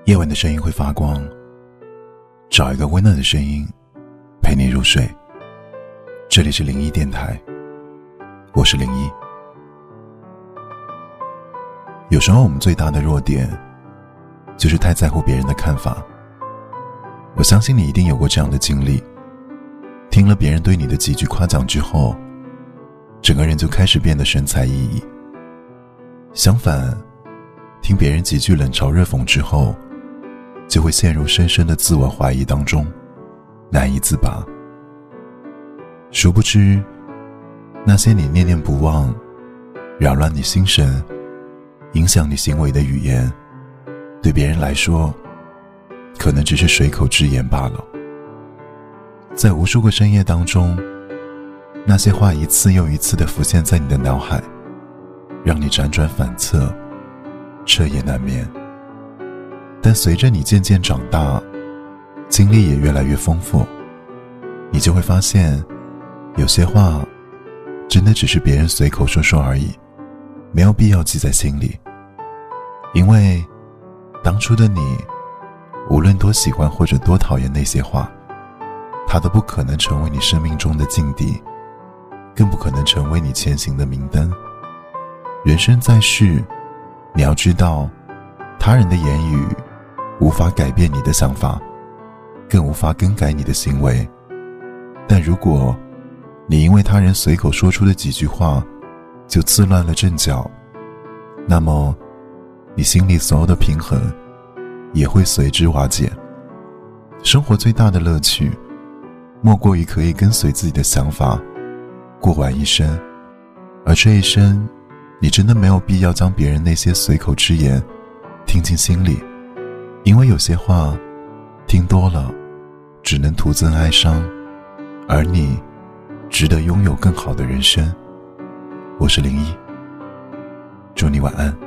夜晚的声音会发光，找一个温暖的声音陪你入睡。这里是01电台，我是01。有时候我们最大的弱点就是太在乎别人的看法。我相信你一定有过这样的经历，听了别人对你的几句夸奖之后，整个人就开始变得神采奕奕。相反，听别人几句冷嘲热讽之后，就会陷入深深的自我怀疑当中，难以自拔。殊不知，那些你念念不忘、扰乱你心神、影响你行为的语言，对别人来说，可能只是随口之言罢了。在无数个深夜当中，那些话一次又一次地浮现在你的脑海，让你辗转反侧，彻夜难眠。但随着你渐渐长大，经历也越来越丰富，你就会发现，有些话真的只是别人随口说说而已，没有必要记在心里。因为当初的你，无论多喜欢或者多讨厌那些话，它都不可能成为你生命中的劲敌，更不可能成为你前行的明灯。人生在世，你要知道，他人的言语无法改变你的想法，更无法更改你的行为。但如果你因为他人随口说出的几句话就自乱了阵脚，那么你心里所有的平衡也会随之瓦解。生活最大的乐趣，莫过于可以跟随自己的想法过完一生。而这一生，你真的没有必要将别人那些随口之言听进心里，因为有些话听多了只能徒增哀伤，而你值得拥有更好的人生。我是01，祝你晚安。